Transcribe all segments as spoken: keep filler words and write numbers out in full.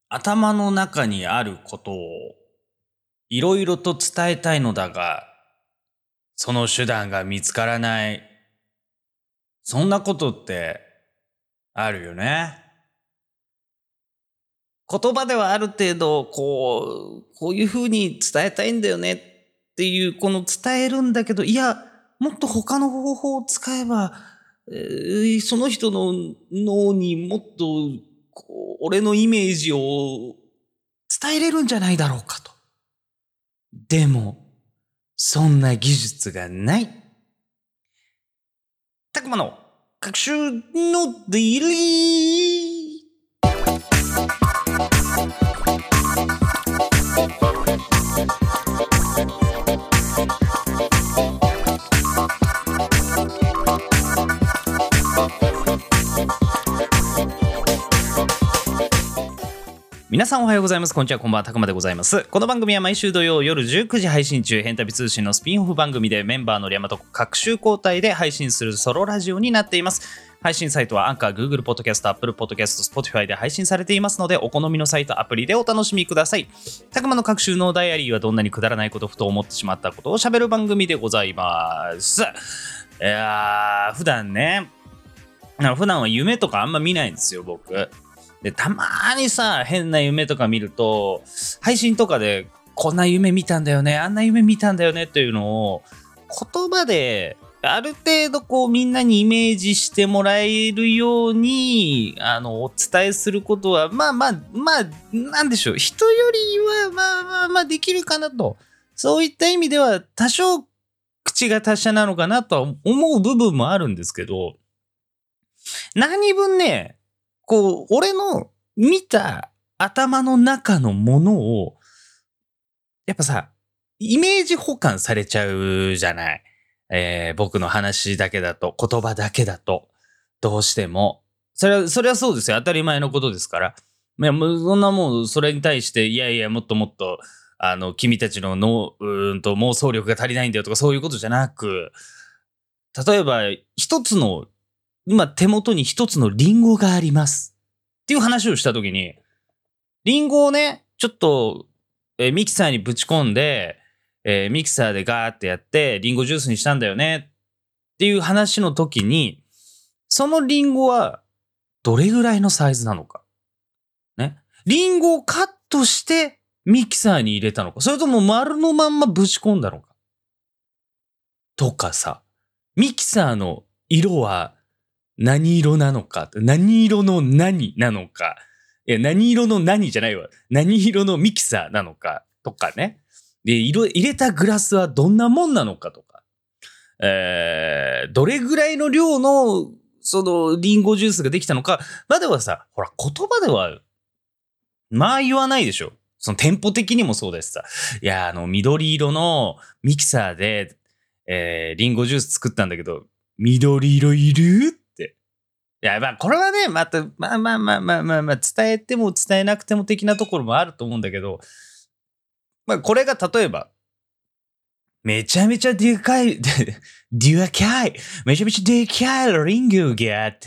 頭の中にあることをいろいろと伝えたいのだが、その手段が見つからない。そんなことってあるよね。言葉ではある程度、こう、こういうふうに伝えたいんだよねっていう、この伝えるんだけど、いや、もっと他の方法を使えば、えーその人の脳にもっと、こう俺のイメージを伝えれるんじゃないだろうかと。でも、そんな技術がない。たくまの学習のデイリー。皆さんおはようございます。こんにちは、こんばんは、たくまでございます。この番組は毎週土曜夜じゅうくじ配信中、変旅通信のスピンオフ番組でメンバーのリヤマと各週交代で配信するソロラジオになっています。配信サイトはアンカー、Google Podcast、Apple Podcast、Spotify で配信されていますので、お好みのサイト、アプリでお楽しみください。たくまの各週のダイアリーはどんなにくだらないことふと思ってしまったことを喋る番組でございます。いやー、普段ね、普段は夢とかあんま見ないんですよ、僕。で、たまーにさ、変な夢とか見ると、配信とかで、こんな夢見たんだよね、あんな夢見たんだよねっていうのを、言葉で、ある程度こうみんなにイメージしてもらえるように、あの、お伝えすることは、まあまあ、まあ、なんでしょう、人よりは、まあまあまあできるかなと。そういった意味では、多少、口が達者なのかなとは思う部分もあるんですけど、何分ね、こう、俺の見た頭の中のものを、やっぱさ、イメージ補完されちゃうじゃない。えー僕の話だけだと、言葉だけだと、どうしても。それは、それはそうですよ。当たり前のことですから。いや、もうそんなもう、それに対して、いやいや、もっともっと、あの、君たちの脳、うーんと妄想力が足りないんだよとか、そういうことじゃなく、例えば、一つの、今手元に一つのリンゴがあります。っていう話をしたときに、リンゴをね、ちょっと、えーミキサーにぶち込んで、えーミキサーでガーってやって、リンゴジュースにしたんだよねっていう話の時に、そのリンゴはどれぐらいのサイズなのか。ね。リンゴをカットしてミキサーに入れたのか。それとも丸のまんまぶち込んだのか。とかさ、ミキサーの色は何色なのか。何色の何なのか。いや、何色の何じゃないわ。何色のミキサーなのか。とかね。で、色、入れたグラスはどんなもんなのかとか。えー、どれぐらいの量の、その、リンゴジュースができたのか。まではさ、ほら、言葉では、まあ言わないでしょ。そのテンポ的にもそうですさ。いや、あの、緑色のミキサーで、えー、リンゴジュース作ったんだけど、緑色いるっていや、まあ、これはね、また、まあまあまあまあまあまあ、伝えても伝えなくても的なところもあると思うんだけど、まあ、これが例えば、めちゃめちゃでかい、ででかい、めちゃめちゃでかいリンゴがあって、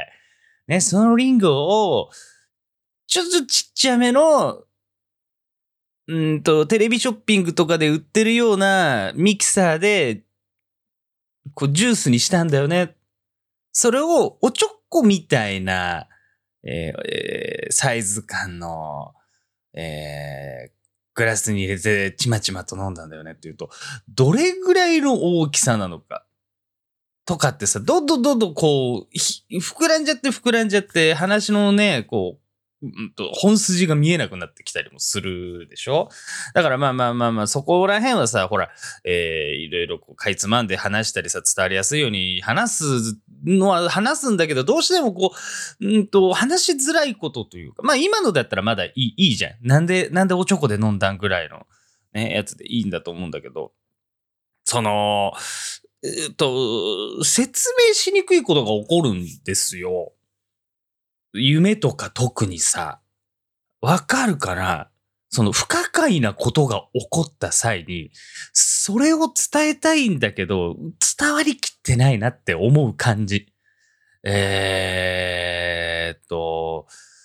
ね、そのリンゴを、ちょっとちっちゃめの、うんと、テレビショッピングとかで売ってるようなミキサーで、こう、ジュースにしたんだよね。それをおちょこみたいな、えーえーサイズ感の、えーグラスに入れてちまちまと飲んだんだよねっていうと、どれぐらいの大きさなのかとかってさ、どんどんどんどんこう、ひ膨らんじゃって膨らんじゃって、話のね、こう、うんと本筋が見えなくなってきたりもするでしょ。だからまあまあまあまあ、そこら辺はさ、ほら、えーいろいろこうかいつまんで話したりさ、伝わりやすいように話すのは話すんだけど、どうしてもこう、うんと、話しづらいことというか、まあ今のだったらまだいい、いいじゃん。なんで、なんでおちょこで飲んだんぐらいの、ね、やつでいいんだと思うんだけど、その、えっと、説明しにくいことが起こるんですよ。夢とか特にさ、わかるかな。その不可解なことが起こった際に、それを伝えたいんだけど、伝わりきってないなって思う感じ。えーっと、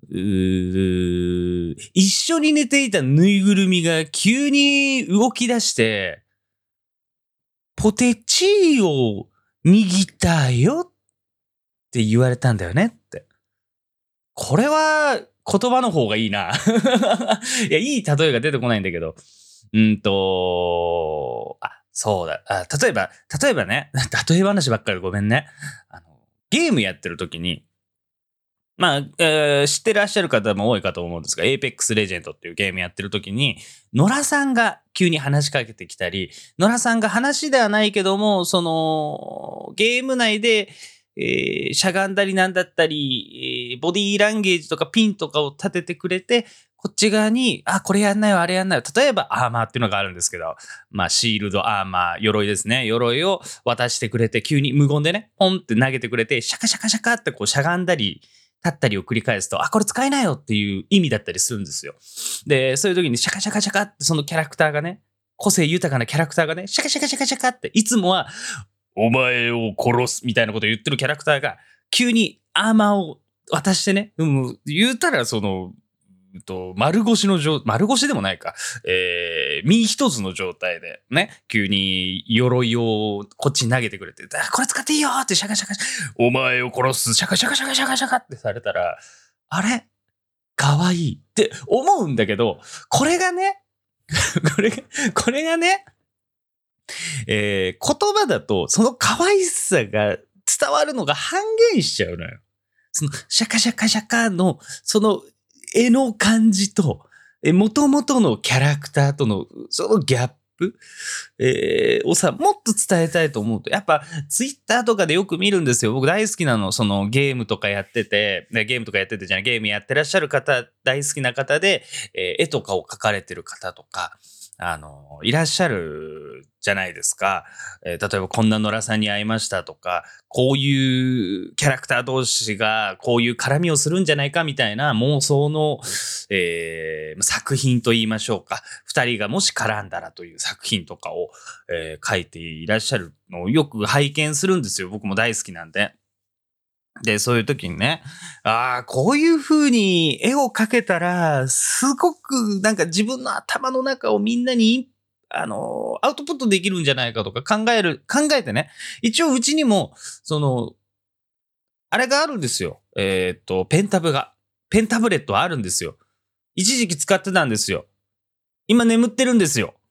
うー一緒に寝ていたぬいぐるみが急に動き出して、ポテチーを握ったよって言われたんだよねって。これは言葉の方がいいな。いや、いい例えが出てこないんだけど。うんと、あ、そうだ。あ、例えば、例えばね、例え話ばっかりでごめんね。あの、ゲームやってる時に、まあ、えー知ってらっしゃる方も多いかと思うんですが、Apex Legend っていうゲームやってる時に、野良さんが急に話しかけてきたり、野良さんが話ではないけども、その、ゲーム内で、えーしゃがんだりなんだったり、えーボディーランゲージとかピンとかを立ててくれて、こっち側に、あ、これやんないよ、あれやんないよ。例えば、アーマーっていうのがあるんですけど、まあ、シールド、アーマー、鎧ですね。鎧を渡してくれて、急に無言でね、ポンって投げてくれて、シャカシャカシャカってこうしゃがんだり、立ったりを繰り返すと、あ、これ使えないよっていう意味だったりするんですよ。で、そういう時にシャカシャカシャカってそのキャラクターがね、個性豊かなキャラクターがね、シャカシャカシャカシャカって、いつもは、お前を殺すみたいなことを言ってるキャラクターが、急にアーマーを渡してね、うん、言うたらその、うんと丸腰の状、丸腰でもないか。えー、身一つの状態で、ね、急に鎧をこっちに投げてくれて、あこれ使っていいよってシャカシャカシャカ、お前を殺す、シャカシャカシャカシャカシャカってされたら、あれかわいいって思うんだけど、これがね、これが、これがね、えー言葉だと、その可愛さが伝わるのが半減しちゃうのよ。その、シャカシャカシャカの、その、絵の感じと、え、元々のキャラクターとの、そのギャップ、えーをさ、もっと伝えたいと思うと、やっぱ、ツイッターとかでよく見るんですよ。僕大好きなの、その、ゲームとかやってて、ねゲームとかやっててじゃない、ゲームやってらっしゃる方、大好きな方で、えー絵とかを描かれてる方とか、あの、いらっしゃるじゃないですか。えー例えばこんな野良さんに会いましたとか、こういうキャラクター同士がこういう絡みをするんじゃないかみたいな妄想の、えー作品と言いましょうか。二人がもし絡んだらという作品とかを、えー書いていらっしゃるのをよく拝見するんですよ。僕も大好きなんで。で、そういう時にね、ああ、こういう風に絵を描けたら、すごくなんか自分の頭の中をみんなに、あの、アウトプットできるんじゃないかとか考える、考えてね、一応うちにも、その、あれがあるんですよ。えーっと、ペンタブが。ペンタブレットあるんですよ。一時期使ってたんですよ。今眠ってるんですよ。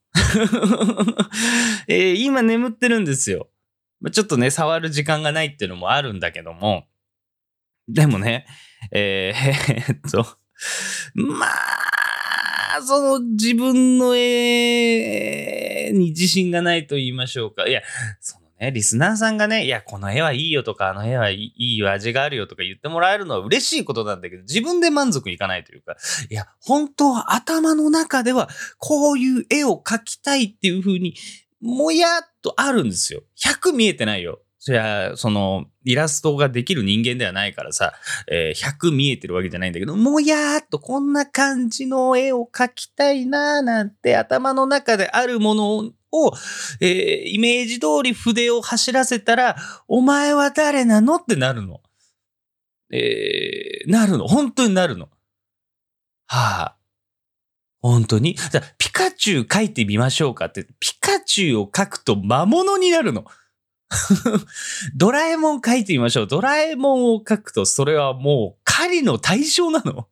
えー今眠ってるんですよ。まあちょっとね、触る時間がないっていうのもあるんだけども、でもね、えーえーっと、まあ、その自分の絵に自信がないと言いましょうか。いや、そのね、リスナーさんがね、いや、この絵はいいよとか、あの絵はいいいいよ、味があるよとか言ってもらえるのは嬉しいことなんだけど、自分で満足いかないというか、いや、本当は頭の中では、こういう絵を描きたいっていう風に、もやっとあるんですよ。ひゃく見えてないよ。そりゃ、その、イラストができる人間ではないからさ、えーひゃく見えてるわけじゃないんだけど、もやーっとこんな感じの絵を描きたいなーなんて頭の中であるものを、えーイメージ通り筆を走らせたら、お前は誰なのってなるの。えーなるの。本当になるの。はあ、本当に。じゃあピカチュウ描いてみましょうかって、ピカチュウを描くと魔物になるの。ドラえもん描いてみましょう。ドラえもんを描くと、それはもう狩りの対象なの。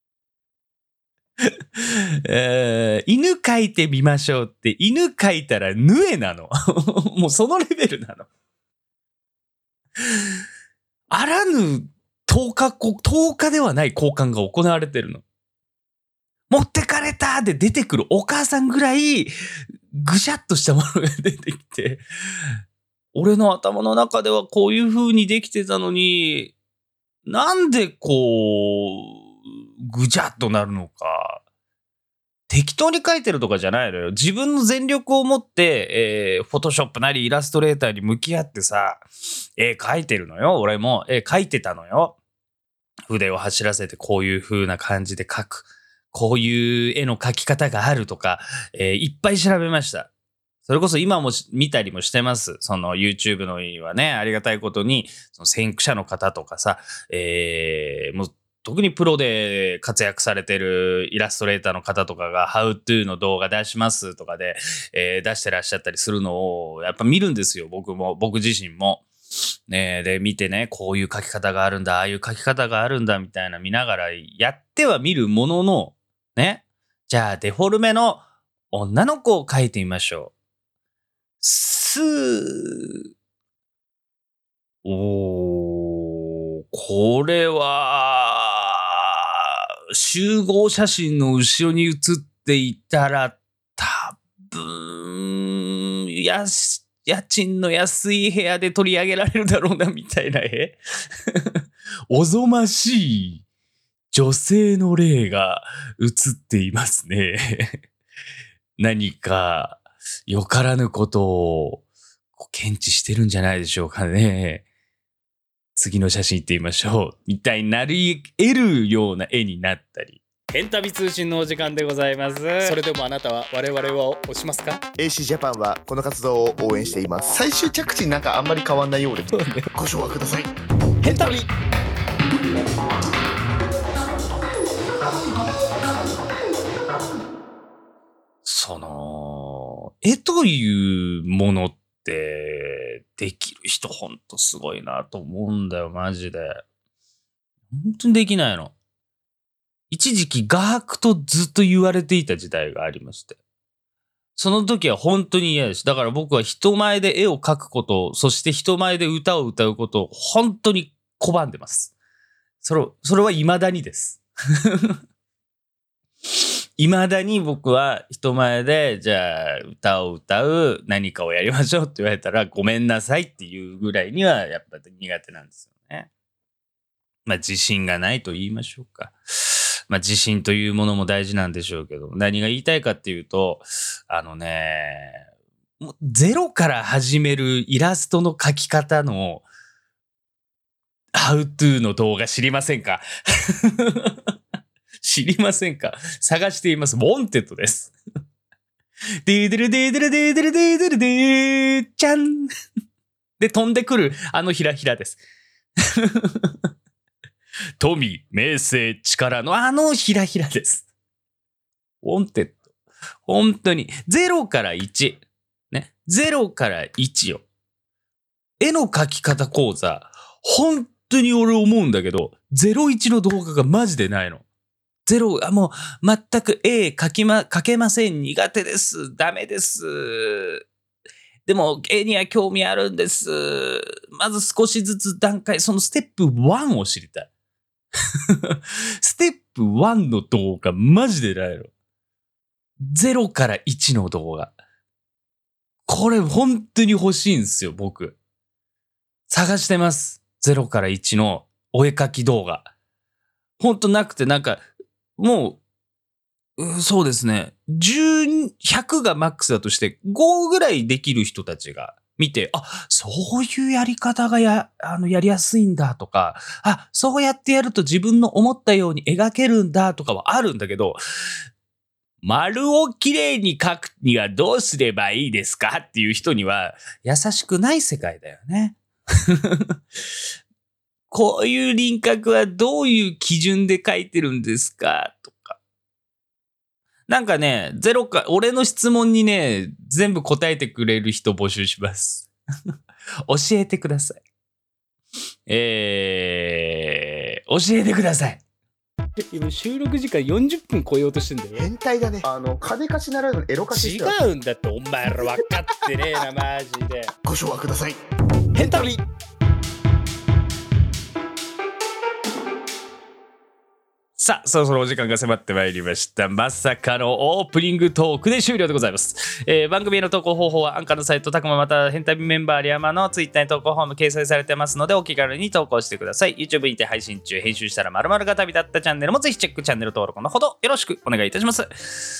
えー犬描いてみましょうって、犬描いたらヌエなの。もうそのレベルなの。あらぬとおかこ、とおかではない交換が行われてるの。持ってかれたで出てくるお母さんぐらい、ぐしゃっとしたものが出てきて、俺の頭の中ではこういう風にできてたのに、なんでこう、ぐちゃっとなるのか。適当に描いてるとかじゃないのよ。自分の全力を持って、えー、フォトショップなりイラストレーターに向き合ってさ、絵描いてるのよ。俺も絵描いてたのよ。筆を走らせてこういう風な感じで描く。こういう絵の描き方があるとか、えーいっぱい調べました。それこそ今もし見たりもしてます。その YouTube のはね、ありがたいことに、その先駆者の方とかさ、えーもう特にプロで活躍されてるイラストレーターの方とかが How to の動画出しますとかで、えー、出してらっしゃったりするのをやっぱ見るんですよ。僕も、僕自身も。ね、で、見てね、こういう書き方があるんだ、ああいう書き方があるんだみたいな見ながらやっては見るものの、ね、じゃあデフォルメの女の子を描いてみましょう。すー、おー、これは、集合写真の後ろに写っていたら、多分、やし、家賃の安い部屋で取り上げられるだろうな、みたいな絵。おぞましい女性の霊が写っていますね。何か、よからぬことを検知してるんじゃないでしょうかね。次の写真行ってみましょう。みたいになり得るような絵になったり。ヘンタビ通信のお時間でございます。 それでもあなたは我々を推しますか？ エーシー ジャパンはこの活動を応援しています。 最終着地なんかあんまり変わんないようで、 ご唱和ください。 ヘンタビ。 その、絵というものってできる人ほんとすごいなと思うんだよ、マジで。本当にできないの。一時期画伯とずっと言われていた時代がありまして。その時は本当に嫌です。だから僕は人前で絵を描くこと、そして人前で歌を歌うことを本当に拒んでます。それ、それは未だにです。未だに僕は人前で、じゃあ歌を歌う何かをやりましょうって言われたらごめんなさいっていうぐらいにはやっぱり苦手なんですよね。まあ自信がないと言いましょうか。まあ自信というものも大事なんでしょうけど、何が言いたいかっていうと、あのね、もうゼロから始めるイラストの描き方の How to の動画知りませんか？知りませんか？探しています。ウォンテッドです。デーデルデーデルデーデルデーデルデーちゃんで飛んでくるあのひらひらです。富、名声、力のあのひらひらです。ウォンテッド。本当に。ゼロからいち。ね。ゼロからいちよ。絵の描き方講座、本当に俺思うんだけど、ゼロいちの動画がマジでないの。ゼロ、あ、もう全く絵描きま、描けません。苦手です。ダメです。でも絵には興味あるんです。まず少しずつ段階、そのステップワンを知りたい。ステップワンの動画マジでないの。ゼロからいちの動画。これ本当に欲しいんですよ、僕。探してます。ゼロからいちのお絵描き動画。ほんとなくて、なんか、もう、うそうですね。じゅう、ひゃくがマックスだとしてごぐらいできる人たちが見て、あ、そういうやり方がや、あの、やりやすいんだとか、あ、そうやってやると自分の思ったように描けるんだとかはあるんだけど、丸をきれいに描くにはどうすればいいですかっていう人には優しくない世界だよね。こういう輪郭はどういう基準で描いてるんですかとか。なんかね、ゼロか、俺の質問にね、全部答えてくれる人募集します。教えてください。えー、教えてください。 今収録時間よんじゅっぷん超えようとしてんだよ。 変態だね。あの金貸しならぬエロ貸しして違うんだって、お前ら分かってねえなマジで。 ご唱和ください。 ヘンタビ。 さあ、そろそろお時間が迫ってまいりました。まさかのオープニングトークで終了でございます。えー、番組への投稿方法はアンカーのサイト、たくままた変態メンバーリアマのツイッターに投稿フォーム掲載されてますので、お気軽に投稿してください。YouTube にて配信中、編集したら〇〇が旅立ったチャンネルもぜひチェック、チャンネル登録のほどよろしくお願いいたします。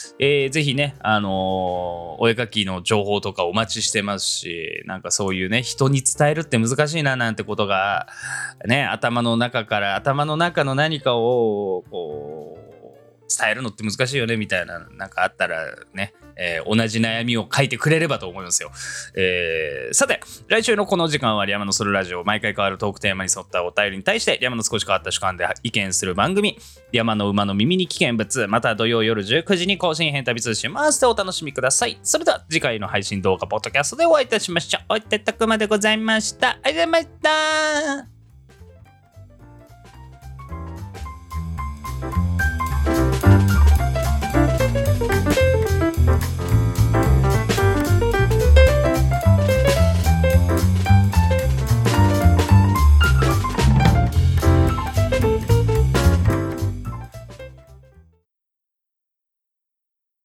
えー、ぜひね、あのー、お絵描きの情報とかお待ちしてますし、なんかそういうね、人に伝えるって難しいななんてことが、ね、頭の中から、頭の中の何かを、こう、伝えるのって難しいよねみたいな、なんかあったらね、 えー、同じ悩みを書いてくれればと思いますよ。えー、さて、来週のこの時間はリャマのソルラジオ、毎回変わるトークテーマに沿ったお便りに対してリャマの少し変わった主観で意見する番組、リャマの馬の耳に危険物、また土曜夜じゅうくじに更新変旅通信回してお楽しみください。それでは次回の配信動画ポッドキャストでお会いいたしましょう。おいてたくまでございました。ありがとうございました。